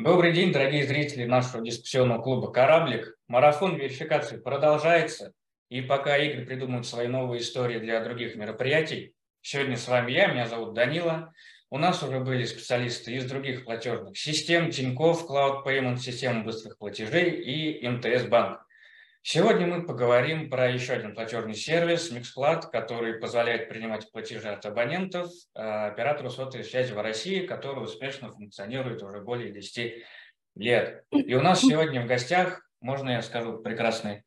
Добрый день, дорогие зрители нашего дискуссионного клуба «Кораблик». Марафон верификации продолжается, и пока Игорь придумывает свои новые истории для других мероприятий, сегодня с вами меня зовут Данила. У нас уже были специалисты из других платежных систем, Тинькофф, Cloud Payment, система быстрых платежей и МТС Банк. Сегодня мы поговорим про еще один платежный сервис MixPlat, который позволяет принимать платежи от абонентов оператору сотовой связи в России, который успешно функционирует уже более 10 лет. И у нас сегодня в гостях, можно я скажу, прекрасный,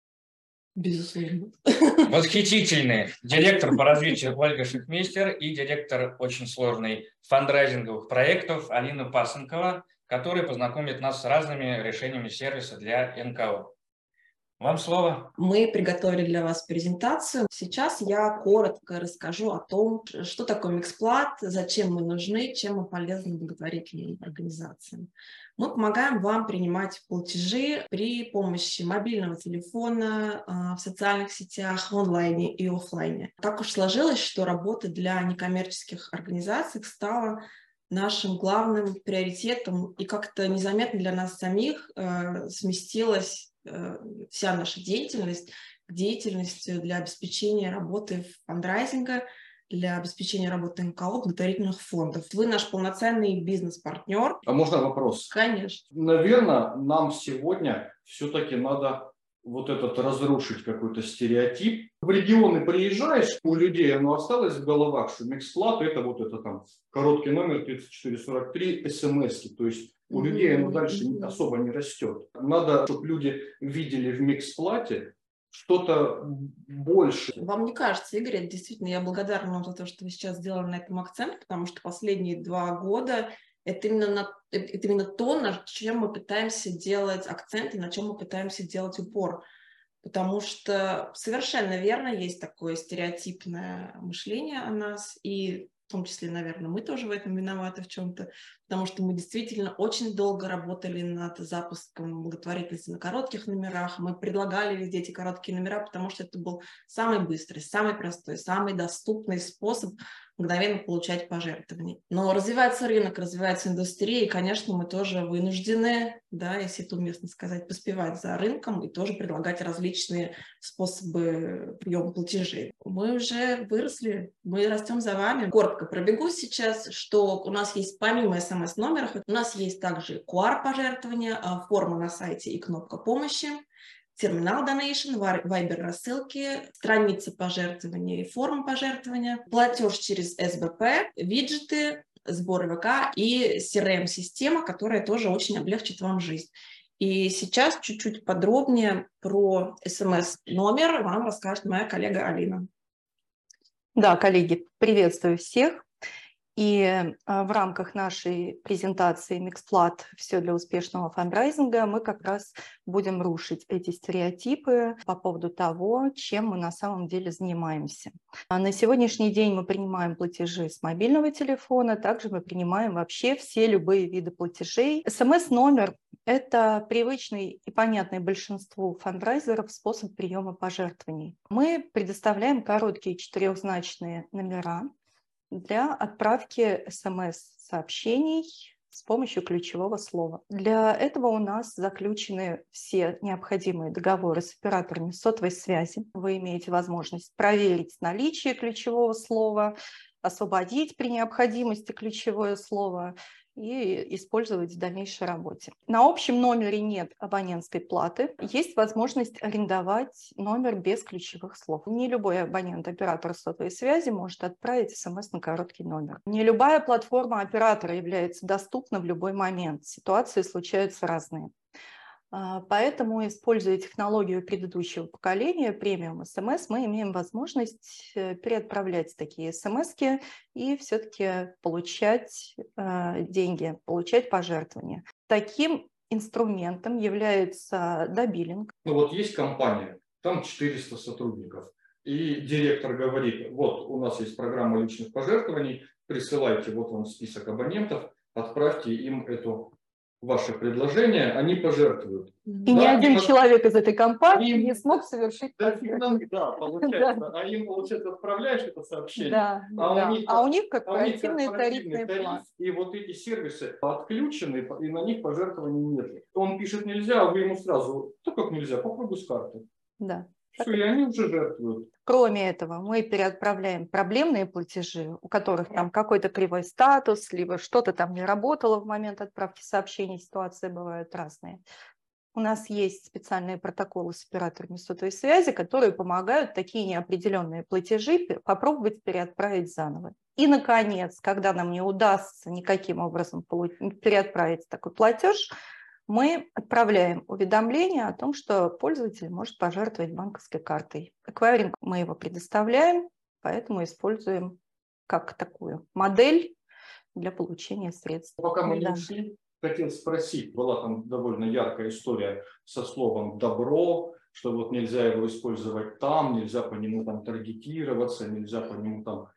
Безусловно. восхитительный директор по развитию Ольга Шихмейстер и директор очень сложный фандрайзинговых проектов Алина Пасынкова, который познакомит нас с разными решениями сервиса для НКО. Вам слово. Мы приготовили для вас презентацию. Сейчас я коротко расскажу о том, что такое MixPlat, зачем мы нужны, чем мы полезны благотворительным организациям. Мы помогаем вам принимать платежи при помощи мобильного телефона, в социальных сетях, в онлайне и офлайне. Так уж сложилось, что работа для некоммерческих организаций стала нашим главным приоритетом, и как-то незаметно для нас самих сместилась вся наша деятельность к деятельности для обеспечения работы фандрайзинга, для обеспечения работы НКО, благотворительных фондов. Вы наш полноценный бизнес-партнер. А можно вопрос? Конечно. Наверное, нам сегодня все-таки надо вот этот разрушить какой-то стереотип. В регионы приезжаешь, у людей оно осталось в головах, что MixPlat это там короткий номер 3443 смс-ки. То есть у людей оно дальше особо не растет. Надо, чтобы люди видели в MixPlat что-то больше. Вам не кажется, Игорь, это действительно, я благодарна вам за то, что вы сейчас сделали на этом акцент, потому что последние 2 года это именно то, на чем мы пытаемся делать акцент и на чем мы пытаемся делать упор. Потому что совершенно верно, есть такое стереотипное мышление о нас, и в том числе, наверное, мы тоже в этом виноваты в чем-то, потому что мы действительно очень долго работали над запуском благотворительности на коротких номерах. Мы предлагали везде эти короткие номера, потому что это был самый быстрый, самый простой, самый доступный способ мгновенно получать пожертвования. Но развивается рынок, развивается индустрия, и, конечно, мы тоже вынуждены, да, если это уместно сказать, поспевать за рынком и тоже предлагать различные способы приема платежей. Мы уже выросли, мы растем за вами. Коротко пробегу сейчас, что у нас есть помимо СМС-номеров, у нас есть также QR-пожертвования, форма на сайте и кнопка помощи, терминал Donation, Viber рассылки, страница пожертвования и форма пожертвования, платеж через СБП, виджеты, сбор ВК и CRM-система, которая тоже очень облегчит вам жизнь. И сейчас чуть-чуть подробнее про СМС-номер вам расскажет моя коллега Алина. Да, коллеги, приветствую всех. И в рамках нашей презентации MixPlat «Все для успешного фандрайзинга» мы как раз будем рушить эти стереотипы по поводу того, чем мы на самом деле занимаемся. На сегодняшний день мы принимаем платежи с мобильного телефона, также мы принимаем вообще все любые виды платежей. СМС-номер – это привычный и понятный большинству фандрайзеров способ приема пожертвований. Мы предоставляем короткие 4-значные номера для отправки СМС-сообщений с помощью ключевого слова. Для этого у нас заключены все необходимые договоры с операторами сотовой связи. Вы имеете возможность проверить наличие ключевого слова, освободить при необходимости ключевое слово и использовать в дальнейшей работе. На общем номере нет абонентской платы. Есть возможность арендовать номер без ключевых слов. Не любой абонент оператора сотовой связи может отправить СМС на короткий номер. Не любая платформа оператора является доступна в любой момент. Ситуации случаются разные. Поэтому, используя технологию предыдущего поколения, премиум СМС, мы имеем возможность переотправлять такие СМСки и все-таки получать деньги, получать пожертвования. Таким инструментом является добиллинг. Ну вот есть компания, там 400 сотрудников, и директор говорит: вот у нас есть программа личных пожертвований, присылайте, вот вам список абонентов, отправьте им эту ваше предложение, они пожертвуют. И Да, ни один им человек из этой компании им- не смог совершить Да, пожертвование. да, получается. А им, получается, отправляешь это сообщение. Да, А да. у них А у них корпоративный корпоративный тарифный план. и вот эти сервисы отключены, и на них пожертвований нет. Он пишет нельзя, а вы ему сразу, да как нельзя, попробуй с карты. Да. Все, и они уже жертвуют. Кроме этого, мы переотправляем проблемные платежи, у которых там какой-то кривой статус, либо что-то там не работало в момент отправки сообщений, ситуации бывают разные. У нас есть специальные протоколы с операторами сотовой связи, которые помогают такие неопределенные платежи попробовать переотправить заново. И, наконец, когда нам не удастся никаким образом переотправить такой платеж, мы отправляем уведомление о том, что пользователь может пожертвовать банковской картой. Эквайринг мы его предоставляем, поэтому используем как такую модель для получения средств. Пока мы не Да. ушли, хотел спросить, была там довольно яркая история со словом «добро», что вот нельзя его использовать там, нельзя по нему там таргетироваться, нельзя по нему там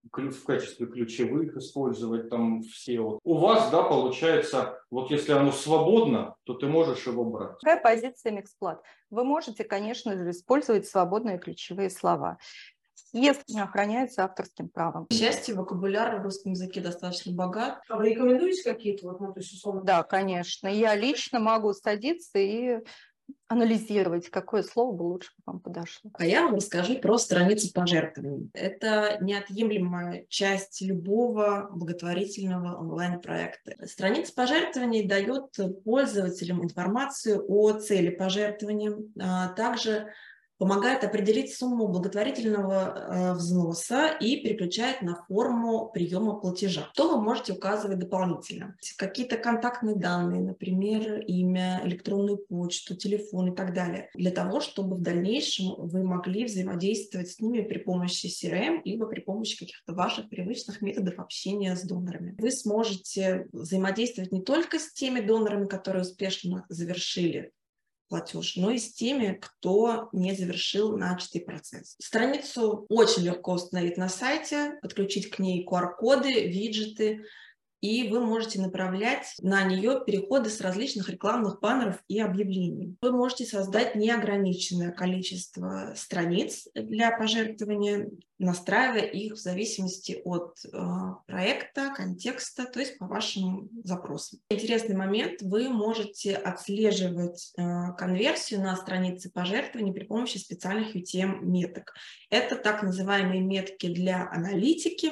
в качестве ключевых использовать там все. Вот. У вас, да, получается, вот если оно свободно, то ты можешь его брать. Какая позиция Mixplat? Вы можете, конечно же, использовать свободные ключевые слова, если не охраняется авторским правом. К счастью, вокабуляр в русском языке достаточно богат. А вы рекомендуете какие-то, вот, ну, то есть, условно? Да, конечно. Я лично могу садиться и анализировать, какое слово бы лучше вам подошло. А я вам расскажу про страницу пожертвований. Это неотъемлемая часть любого благотворительного онлайн-проекта. Страница пожертвований дает пользователям информацию о цели пожертвования, также помогает определить сумму благотворительного взноса и переключает на форму приема платежа. Что вы можете указывать дополнительно? Какие-то контактные данные, например, имя, электронную почту, телефон и так далее, для того, чтобы в дальнейшем вы могли взаимодействовать с ними при помощи CRM, либо при помощи каких-то ваших привычных методов общения с донорами. Вы сможете взаимодействовать не только с теми донорами, которые успешно завершили платеж, но и с теми, кто не завершил начатый процесс. Страницу очень легко установить на сайте, подключить к ней QR-коды, виджеты, и вы можете направлять на нее переходы с различных рекламных баннеров и объявлений. Вы можете создать неограниченное количество страниц для пожертвования, настраивая их в зависимости от проекта, контекста, то есть по вашим запросам. Интересный момент, вы можете отслеживать конверсию на странице пожертвований при помощи специальных UTM-меток. Это так называемые метки для аналитики,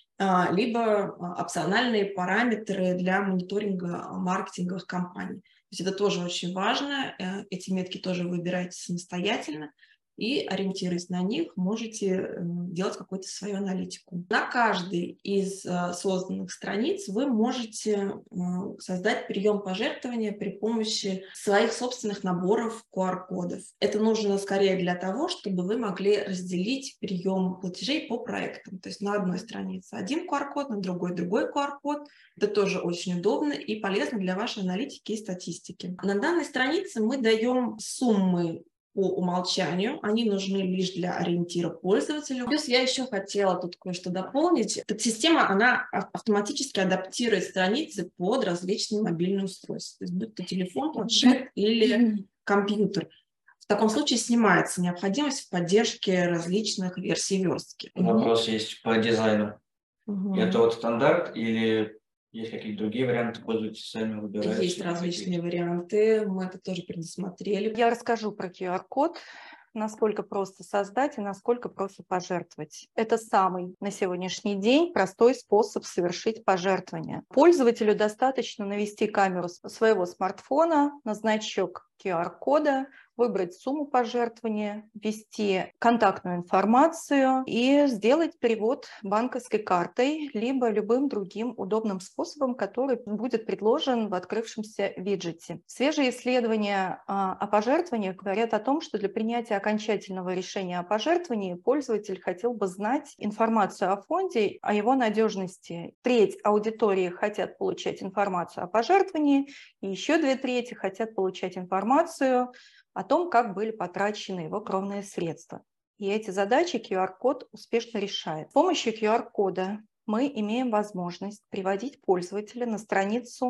либо опциональные параметры для мониторинга маркетинговых кампаний. То есть это тоже очень важно. Эти метки тоже выбирайте самостоятельно и, ориентируясь на них, можете делать какую-то свою аналитику. На каждой из созданных страниц вы можете создать прием пожертвования при помощи своих собственных наборов QR-кодов. Это нужно скорее для того, чтобы вы могли разделить прием платежей по проектам. То есть на одной странице один QR-код, на другой QR-код. Это тоже очень удобно и полезно для вашей аналитики и статистики. На данной странице мы даем суммы по умолчанию, они нужны лишь для ориентира пользователя. Плюс я еще хотела тут кое-что дополнить. Эта система, она автоматически адаптирует страницы под различные мобильные устройства, то есть будь то телефон, планшет или компьютер. В таком случае снимается необходимость в поддержке различных версий верстки. Вопрос есть по дизайну. Это вот стандарт или есть какие-то другие варианты, пользуйтесь сами, выбираете? Есть различные варианты, мы это тоже предусмотрели. Я расскажу про QR-код, насколько просто создать и насколько просто пожертвовать. Это самый на сегодняшний день простой способ совершить пожертвование. Пользователю достаточно навести камеру своего смартфона на значок QR-кода, выбрать сумму пожертвования, ввести контактную информацию и сделать перевод банковской картой, либо любым другим удобным способом, который будет предложен в открывшемся виджете. Свежие исследования о пожертвованиях говорят о том, что для принятия окончательного решения о пожертвовании пользователь хотел бы знать информацию о фонде, о его надежности. Треть аудитории хотят получать информацию о пожертвовании, и еще 2/3 хотят получать информацию о том, как были потрачены его кровные средства. И эти задачи QR-код успешно решает. С помощью QR-кода мы имеем возможность приводить пользователя на страницу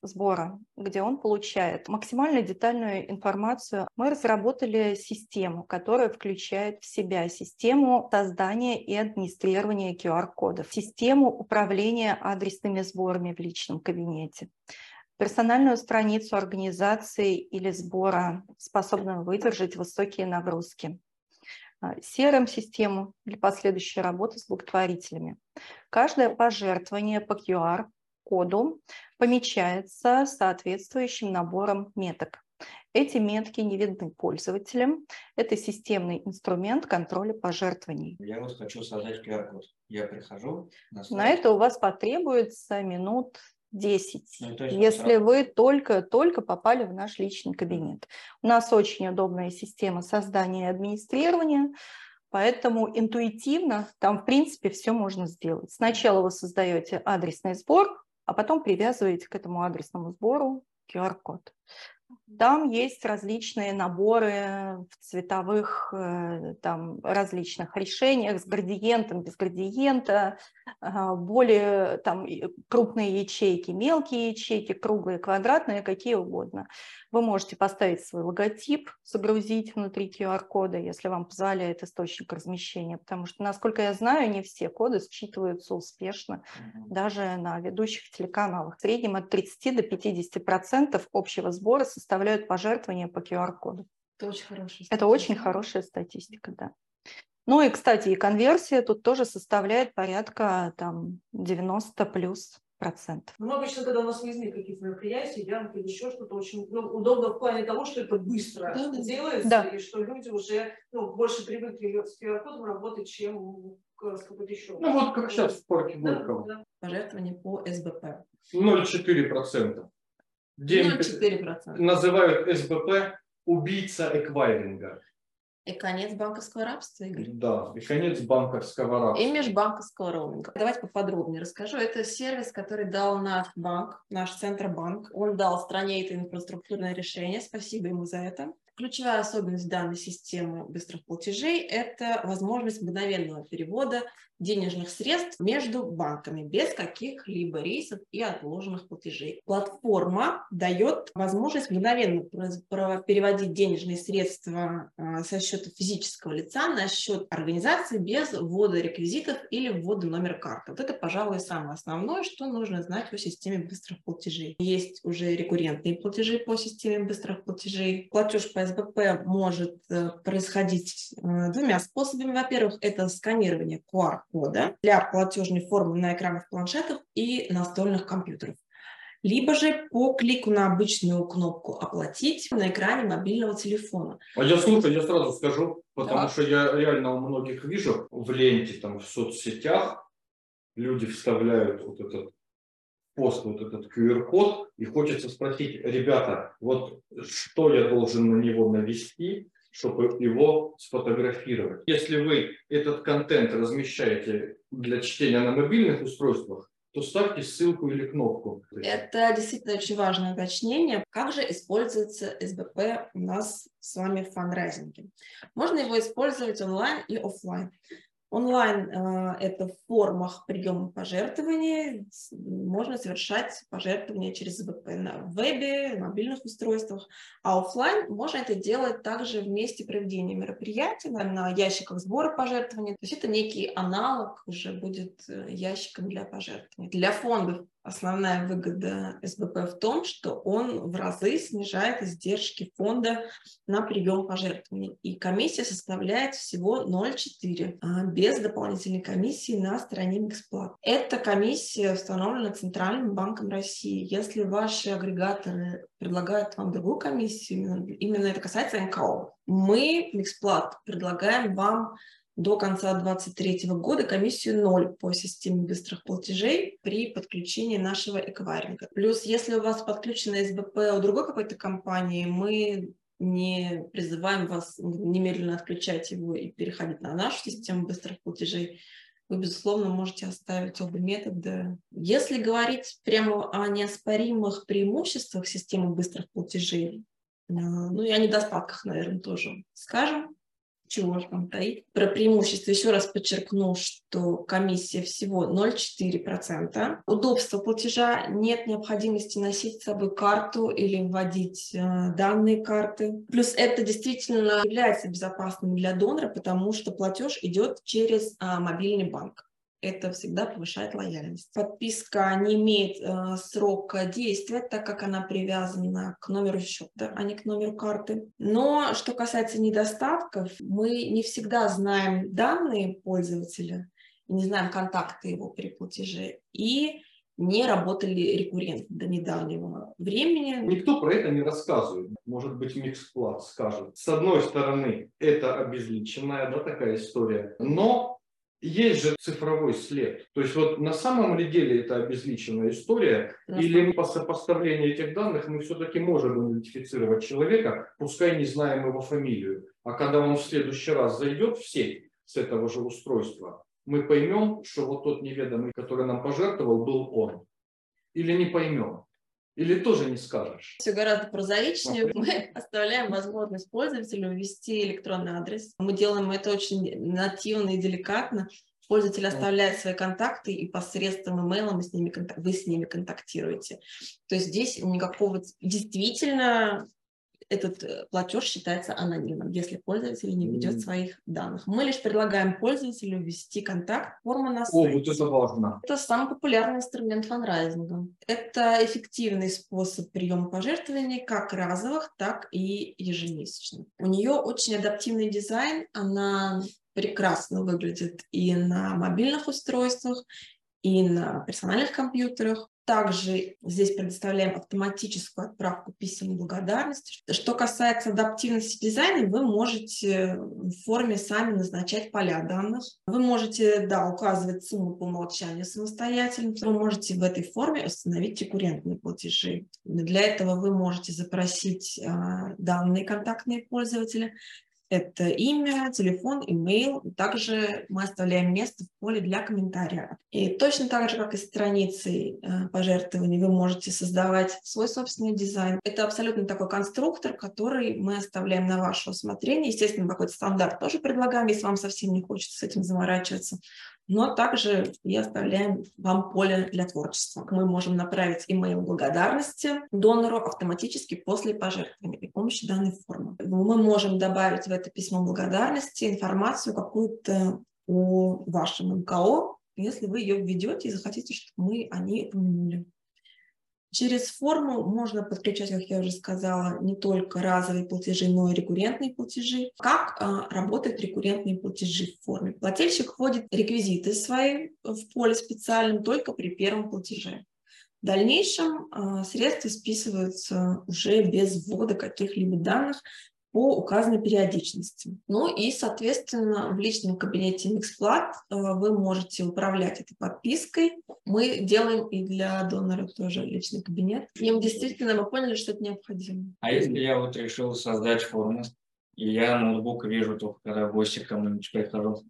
сбора, где он получает максимально детальную информацию. Мы разработали систему, которая включает в себя систему создания и администрирования QR-кодов, систему управления адресными сборами в личном кабинете, персональную страницу организации или сбора, способную выдержать высокие нагрузки, CRM-систему для последующей работы с благотворителями. Каждое пожертвование по QR-коду помечается соответствующим набором меток. Эти метки не видны пользователям. Это системный инструмент контроля пожертвований. Я вот хочу создать QR-код. Я прихожу на сайт. На это у вас потребуется минут 10, Ну, то есть если вы только попали в наш личный кабинет. У нас очень удобная система создания и администрирования, поэтому интуитивно там, в принципе, все можно сделать. Сначала вы создаете адресный сбор, а потом привязываете к этому адресному сбору QR-код. Там есть различные наборы в цветовых там, различных решениях с градиентом, без градиента, более там, крупные ячейки, мелкие ячейки, круглые, квадратные, какие угодно. Вы можете поставить свой логотип, загрузить внутри QR-кода, если вам позволяет источник размещения, потому что, насколько я знаю, не все коды считываются успешно, даже на ведущих телеканалах. В среднем от 30 до 50% общего сбора составляют пожертвования по QR-коду. Это очень хорошая статистика. Это очень хорошая статистика, да. Ну и, кстати, и конверсия тут тоже составляет порядка там 90+%. Ну, обычно, когда у нас выездные какие-то мероприятия, ярмарки или еще что-то, очень удобно в плане того, что это быстро делается, Да. и что люди уже больше привыкли с QR-кодом работать, чем с какой-то еще. Ну вот как сейчас в парке Да, Горького. да. Пожертвования по СБП. 0,4%. День 0,4%. называют СБП убийца эквайринга. И конец банковского рабства, Игорь. Да, и конец банковского рабства. И межбанковского роуминга. Давайте поподробнее расскажу. Это сервис, который дал наш банк, наш Центробанк. Он дал стране это инфраструктурное решение. Спасибо ему за это. Ключевая особенность данной системы быстрых платежей – это возможность мгновенного перевода денежных средств между банками без каких-либо рейсов и отложенных платежей. Платформа дает возможность мгновенно переводить денежные средства со счета физического лица на счет организации без ввода реквизитов или ввода номера карты. Вот это, пожалуй, самое основное, что нужно знать о системе быстрых платежей. Есть уже рекуррентные платежи по системе быстрых платежей. Платеж по СБП может происходить двумя способами. Во-первых, это сканирование QR-кода для платежной формы на экранах планшетов и настольных компьютеров. Либо же по клику на обычную кнопку «Оплатить» на экране мобильного телефона. А я слушаю, я сразу скажу, потому Да. что я реально у многих вижу в ленте, там, в соцсетях, люди вставляют вот этот пост, вот этот QR-код, и хочется спросить, ребята, вот что я должен на него навести, чтобы его сфотографировать. Если вы этот контент размещаете для чтения на мобильных устройствах, то ставьте ссылку или кнопку. Это действительно очень важное уточнение. Как же используется СБП у нас с вами в фандрайзинге? Можно его использовать онлайн и офлайн. Онлайн это в формах приема пожертвований. Можно совершать пожертвования через СБП на вебе, на мобильных устройствах. А офлайн можно это делать также в месте проведения мероприятий, на ящиках сбора пожертвований. То есть это некий аналог уже будет ящиком для пожертвований. Для фондов основная выгода СБП в том, что он в разы снижает издержки фонда на прием пожертвований. И комиссия составляет всего 0,4 без дополнительной комиссии на стороне Mixplat. Эта комиссия установлена Центральным банком России. Если ваши агрегаторы предлагают вам другую комиссию, именно это касается НКО, мы, Mixplat, предлагаем вам до конца 2023 года комиссию 0 по системе быстрых платежей при подключении нашего эквайринга. Плюс, если у вас подключено СБП у другой какой-то компании, мы не призываем вас немедленно отключать его и переходить на нашу систему быстрых платежей. Вы, безусловно, можете оставить оба метода. Если говорить прямо о неоспоримых преимуществах системы быстрых платежей, ну и о недостатках, наверное, тоже скажем. чего же там таить. Про преимущество еще раз подчеркну, что комиссия всего 0,4%. Удобство платежа, нет необходимости носить с собой карту или вводить данные карты. Плюс это действительно является безопасным для донора, потому что платеж идет через мобильный банк. Это всегда повышает лояльность. Подписка не имеет срока действия, так как она привязана к номеру счета, а не к номеру карты. Но что касается недостатков, мы не всегда знаем данные пользователя, не знаем контакты его при платеже, и не работали рекуррентно до недавнего времени. Никто про это не рассказывает. Может быть, MixPlat скажет. С одной стороны, это обезличенная, да, такая история, но есть же цифровой след. То есть вот на самом ли деле это обезличенная история, или по сопоставлению этих данных мы все-таки можем идентифицировать человека, пускай не знаем его фамилию. А когда он в следующий раз зайдет в сеть с этого же устройства, мы поймем, что вот тот неведомый, который нам пожертвовал, был он. Или не поймем. Или тоже не скажешь. Все гораздо прозаичнее. Мы оставляем возможность пользователю ввести электронный адрес. Мы делаем это очень нативно и деликатно. Пользователь оставляет свои контакты, и посредством имейла вы с ними контактируете. То есть здесь никакого... Действительно, этот платеж считается анонимным, если пользователь не ведет своих данных. Мы лишь предлагаем пользователю ввести контакт, форма на сайте. Вот это важно. Это самый популярный инструмент фандрайзинга. Это эффективный способ приема пожертвований как разовых, так и ежемесячных. У нее очень адаптивный дизайн, она прекрасно выглядит и на мобильных устройствах, и на персональных компьютерах. Также здесь предоставляем автоматическую отправку писем благодарности. Что касается адаптивности дизайна, вы можете в форме сами назначать поля данных. Вы можете, указывать сумму по умолчанию самостоятельно. Вы можете в этой форме установить рекуррентные платежи. Для этого вы можете запросить данные контактные пользователя. Это имя, телефон, имейл. Также мы оставляем место в поле для комментария. И точно так же, как и страницы пожертвований, вы можете создавать свой собственный дизайн. Это абсолютно такой конструктор, который мы оставляем на ваше усмотрение. Естественно, какой-то стандарт тоже предлагаем, если вам совсем не хочется с этим заморачиваться. Но также и оставляем вам поле для творчества. Мы можем направить имейл благодарности донору автоматически после пожертвования при помощи данной формы. Мы можем добавить в это письмо благодарности информацию какую-то о вашем НКО, если вы ее введете и захотите, чтобы мы о ней упомянули. Через форму можно подключать, как я уже сказала, не только разовые платежи, но и рекуррентные платежи. Как работают рекуррентные платежи в форме? Плательщик вводит реквизиты свои в поле специальном только при первом платеже. В дальнейшем средства списываются уже без ввода каких-либо данных по указанной периодичности. Ну и, соответственно, в личном кабинете MixPlat вы можете управлять этой подпиской. Мы делаем и для доноров тоже личный кабинет. Им действительно мы поняли, что это необходимо. А если я вот решил создать форму, и я ноутбук вижу только, когда в гости к кому-нибудь прихожу,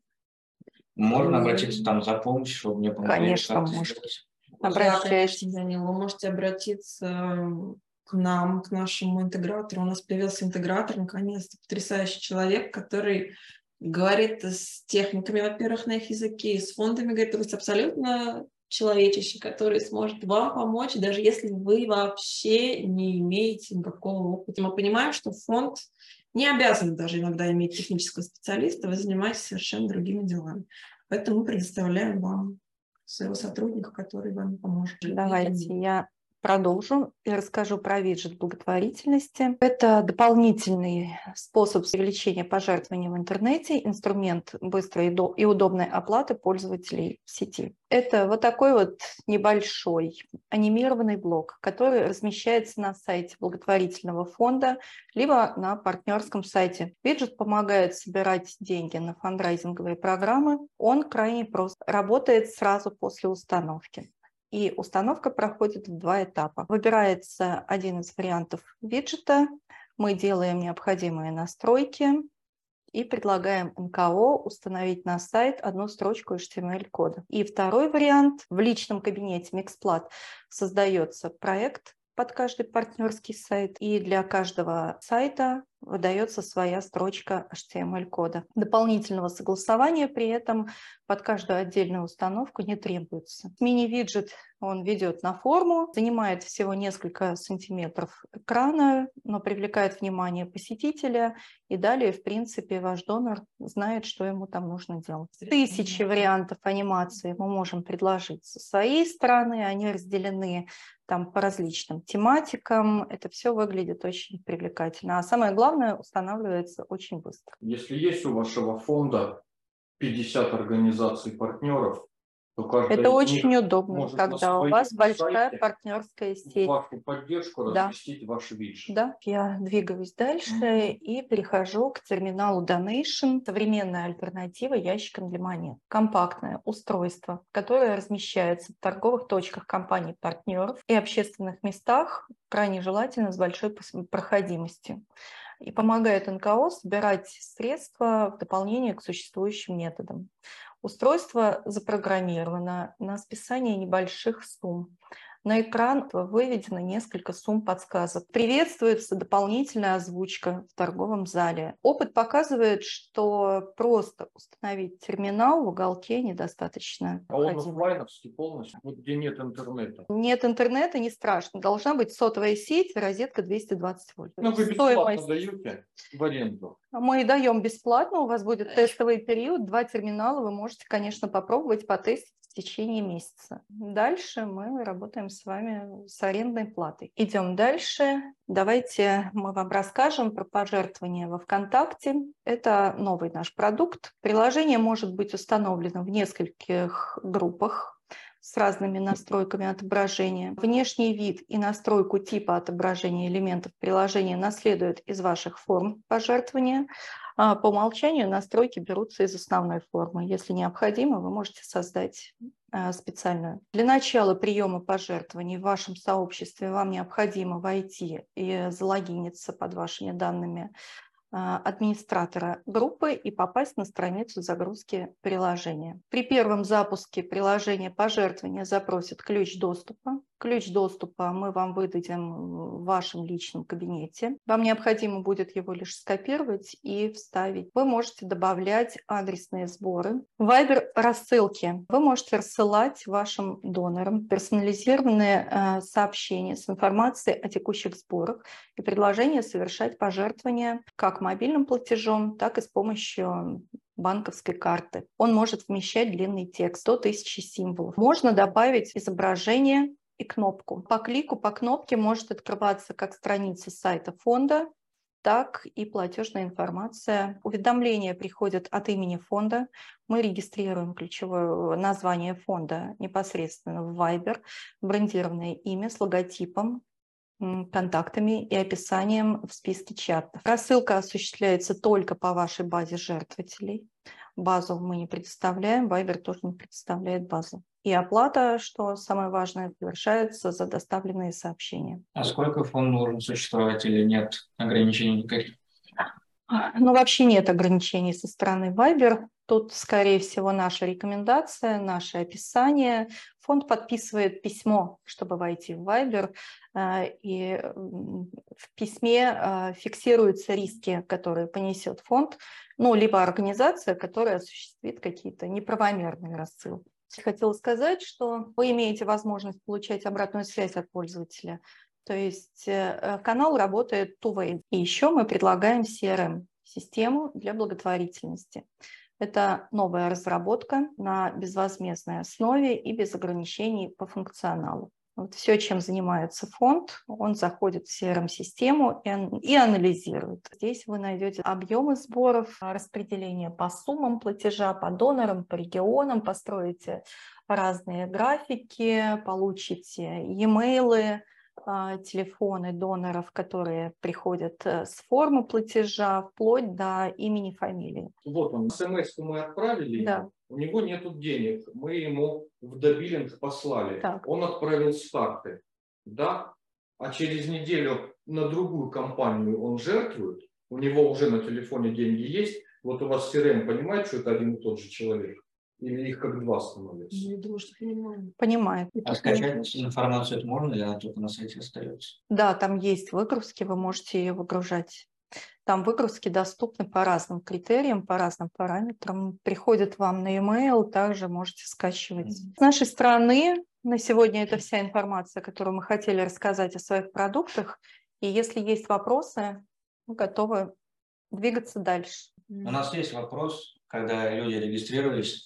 можно обратиться там за помощью, чтобы мне помогли? Конечно, можно. Обращайтесь, Данил, вы можете обратиться к нам, к нашему интегратору. У нас появился интегратор, наконец-то, потрясающий человек, который говорит с техниками, во-первых, на их языке, и с фондами, говорит, то есть абсолютно человечище, который сможет вам помочь, даже если вы вообще не имеете никакого опыта. Мы понимаем, что фонд не обязан даже иногда иметь технического специалиста, вы занимаетесь совершенно другими делами. Поэтому мы предоставляем вам своего сотрудника, который вам поможет. Давайте я продолжу и расскажу про виджет благотворительности. Это дополнительный способ привлечения пожертвований в интернете, инструмент быстрой и удобной оплаты пользователей в сети. Это вот такой вот небольшой анимированный блок, который размещается на сайте благотворительного фонда, либо на партнерском сайте. Виджет помогает собирать деньги на фандрайзинговые программы. Он крайне прост, работает сразу после установки. И установка проходит в 2 этапа. Выбирается один из вариантов виджета, мы делаем необходимые настройки и предлагаем НКО установить на сайт одну строчку HTML-кода. И второй вариант: в личном кабинете MixPlat создается проект под каждый партнерский сайт, и для каждого сайта выдается своя строчка HTML-кода. Дополнительного согласования при этом под каждую отдельную установку не требуется. Мини-виджет он ведет на форму, занимает всего несколько сантиметров экрана, но привлекает внимание посетителя, и далее, в принципе, ваш донор знает, что ему там нужно делать. Тысячи вариантов анимации мы можем предложить со своей стороны, они разделены там по различным тематикам. Это все выглядит очень привлекательно. А самое главное, устанавливается очень быстро. Если есть у вашего фонда 50 организаций-партнеров, то каждая Это из очень них удобно, может на когда у своем вас большая сайте партнерская сеть. вашу поддержку Да. разместить ваш виджет. Да, я двигаюсь дальше и перехожу к терминалу Donation. Современная альтернатива ящикам для монет. Компактное устройство, которое размещается в торговых точках компаний-партнеров и общественных местах, крайне желательно с большой проходимостью. И помогает НКО собирать средства в дополнение к существующим методам. Устройство запрограммировано на списание небольших сумм. На экран выведено несколько сумм подсказок. Приветствуется дополнительная озвучка в торговом зале. Опыт показывает, что просто установить терминал в уголке недостаточно. А он офлайновский полностью, вот где нет интернета. Нет интернета, не страшно. Должна быть сотовая сеть, розетка 220 вольт. Ну, вы бесплатно даете в аренду. Мы даем бесплатно, у вас будет тестовый период, 2 терминала, вы можете, конечно, попробовать, потестить в течение месяца. Дальше мы работаем с вами с арендной платой. Идем дальше. Давайте мы вам расскажем про пожертвования во ВКонтакте. Это новый наш продукт. Приложение может быть установлено в нескольких группах с разными настройками отображения. Внешний вид и настройку типа отображения элементов приложения наследуют из ваших форм пожертвования. По умолчанию настройки берутся из основной формы. Если необходимо, вы можете создать специальную. Для начала приема пожертвований в вашем сообществе вам необходимо войти и залогиниться под вашими данными администратора группы и попасть на страницу загрузки приложения. При первом запуске приложения пожертвования запросит ключ доступа. Ключ доступа мы вам выдадим в вашем личном кабинете. Вам необходимо будет его лишь скопировать и вставить. Вы можете добавлять адресные сборы. Вайбер рассылки. Вы можете рассылать вашим донорам персонализированные сообщения с информацией о текущих сборах и предложение совершать пожертвования как мобильным платежом, так и с помощью банковской карты. Он может вмещать длинный текст, 100 тысяч символов. Можно добавить изображение и кнопку. По клику по кнопке может открываться как страница сайта фонда, так и платежная информация. Уведомления приходят от имени фонда. Мы регистрируем ключевое название фонда непосредственно в Viber, брендированное имя с логотипом, контактами и описанием в списке чатов. Рассылка осуществляется только по вашей базе жертвователей. Базу мы не предоставляем, Viber тоже не предоставляет базу. И оплата, что самое важное, совершается за доставленные сообщения. А сколько фонд должен существовать или нет ограничений никаких? Ну, вообще нет ограничений со стороны Viber. Тут, скорее всего, наша рекомендация, наше описание. Фонд подписывает письмо, чтобы войти в Viber, и в письме фиксируются риски, которые понесет фонд, ну, либо организация, которая осуществит какие-то неправомерные рассылки. Хотела сказать, что вы имеете возможность получать обратную связь от пользователя. То есть канал работает two-way. И еще мы предлагаем CRM-систему для благотворительности. Это новая разработка на безвозмездной основе и без ограничений по функционалу. Вот все, чем занимается фонд, он заходит в CRM-систему и анализирует. Здесь вы найдете объемы сборов, распределение по суммам платежа, по донорам, по регионам, построите разные графики, получите e-mail, телефоны доноров, которые приходят с формы платежа, вплоть до имени, фамилии. Вот он, смс-ку мы отправили, Да. У него нету денег, мы ему в добиллинг послали, Так. Он отправил с карты, да, а через неделю на другую компанию он жертвует, у него уже на телефоне деньги есть, вот у вас CRM понимает, что это один и тот же человек? Или их как два становится? Я думаю, что понимаю. Понимает. А скачать информацию это можно, или она только на сайте остается? Да, там есть выгрузки, вы можете ее выгружать. Там выгрузки доступны по разным критериям, по разным параметрам. Приходят вам на e-mail, также можете скачивать. С нашей стороны на сегодня это вся информация, которую мы хотели рассказать о своих продуктах. И если есть вопросы, мы готовы двигаться дальше. У нас есть вопрос, когда люди регистрировались.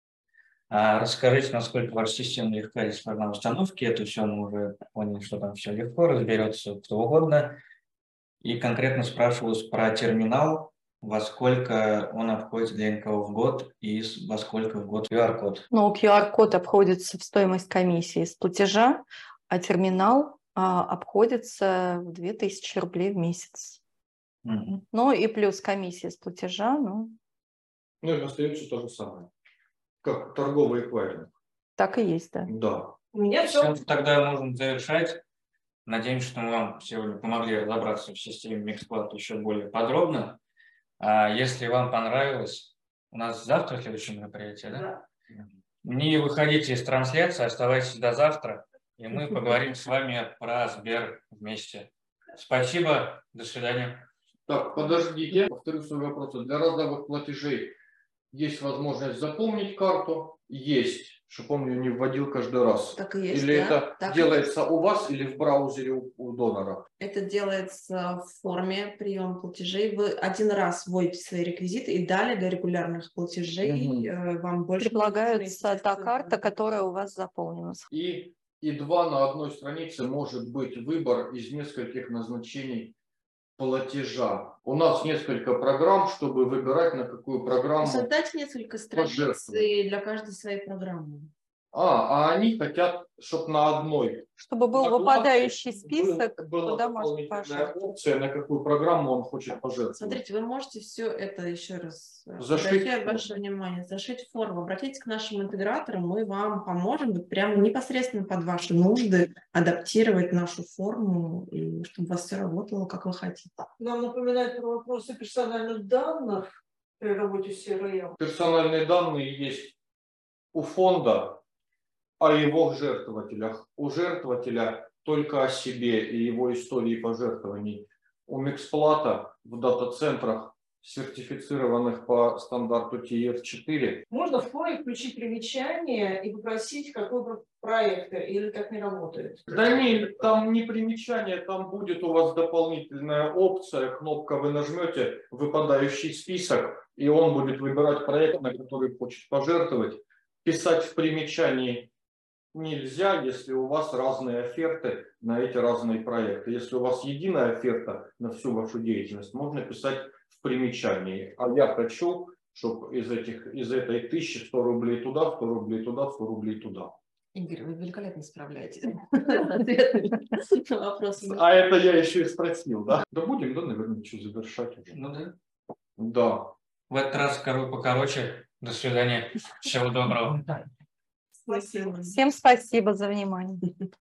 Расскажите, насколько ваша система легка на установке. Это все мы уже поняли, что там все легко, разберется кто угодно. И конкретно спрашивалось про терминал, во сколько он обходится для НКО в год и во сколько в год QR-код. Ну, QR-код обходится в стоимость комиссии с платежа, а терминал обходится в 2000 рублей в месяц. Угу. Ну и плюс комиссия с платежа. Ну и остается то же самое, как торговый эквайринг. Так и есть, да. Да. У меня все. Тогда можем завершать. Надеемся, что мы вам сегодня помогли разобраться в системе MixPlat еще более подробно. Если вам понравилось, у нас завтра следующее мероприятие, да? Не выходите из трансляции, оставайтесь до завтра, и мы поговорим с вами про Сбер вместе. Спасибо, до свидания. Так, подождите, повторю свой вопрос. Для разовых платежей есть возможность запомнить карту? Есть, чтобы он ее не вводил каждый раз. Так и есть, Или да? это Так делается у вас или в браузере у донора? Это делается в форме приема платежей. Вы один раз вводите свои реквизиты, и далее для регулярных платежей вам больше... Предлагается та карта, которая у вас заполнена. И 2 на одной странице может быть выбор из нескольких назначений платежа. У нас несколько программ, чтобы выбирать, на какую программу. Создайте несколько страниц для каждой своей программы. А они хотят, чтобы на одной. Чтобы был выпадающий список, была куда можно дополнительная пожертвовать. опция, на какую программу он хочет пожертвовать. Смотрите, вы можете все это еще раз Зашить обращать ваше внимание, зашить форму. Обратитесь к нашим интеграторам, мы вам поможем вот прямо непосредственно под ваши нужды адаптировать нашу форму, и чтобы у вас все работало, как вы хотите. Нам напоминает про вопросы персональных данных при работе с CRM. Персональные данные есть у фонда о его жертвователях. У жертвователя только о себе и его истории пожертвований. У MixPlat в дата-центрах, сертифицированных по стандарту TF4. Можно в форме включить примечание и попросить, какой проект или как не работает. Да нет, там не примечание, там будет у вас дополнительная опция, кнопка, вы нажмете выпадающий список, и он будет выбирать проект, на который хочет пожертвовать. Писать в примечании нельзя, если у вас разные оферты на эти разные проекты. Если у вас единая оферта на всю вашу деятельность, можно писать в примечании. А я хочу, чтобы из этой 1000 100 рублей туда, 100 рублей туда, 100 рублей туда. Игорь, вы великолепно справляетесь с вопросами. А это я еще и спросил, да? Да будем, да, наверное, что завершать уже. Ну да. Да. В этот раз покороче. До свидания. Всего доброго. Спасибо. Всем спасибо за внимание.